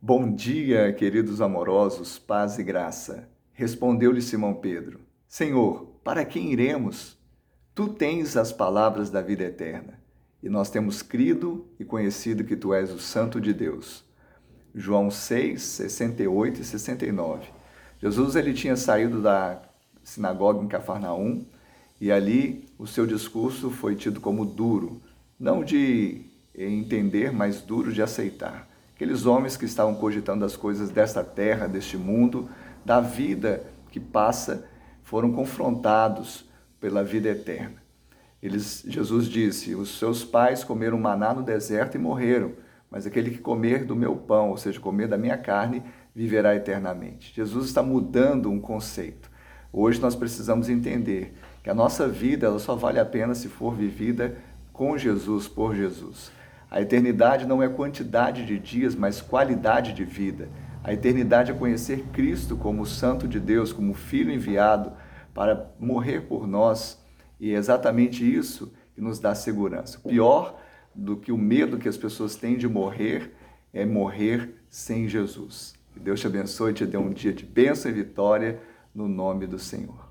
Bom dia, queridos amorosos, paz e graça. Respondeu-lhe Simão Pedro: Senhor, para quem iremos? Tu tens as palavras da vida eterna, e nós temos crido e conhecido que tu és o Santo de Deus. João 6, 68 e 69. Jesus ele tinha saído da sinagoga em Cafarnaum e ali o seu discurso foi tido como duro, não de entender, mas duro de aceitar. Aqueles homens que estavam cogitando as coisas desta terra, deste mundo, da vida que passa, foram confrontados pela vida eterna. Jesus disse: os seus pais comeram maná no deserto e morreram, mas aquele que comer do meu pão, ou seja, comer da minha carne, viverá eternamente. Jesus está mudando um conceito. Hoje nós precisamos entender que a nossa vida ela só vale a pena se for vivida com Jesus, por Jesus. A eternidade não é quantidade de dias, mas qualidade de vida. A eternidade é conhecer Cristo como o Santo de Deus, como o Filho enviado para morrer por nós. E é exatamente isso que nos dá segurança. Pior do que o medo que as pessoas têm de morrer é morrer sem Jesus. Que Deus te abençoe e te dê um dia de bênção e vitória no nome do Senhor.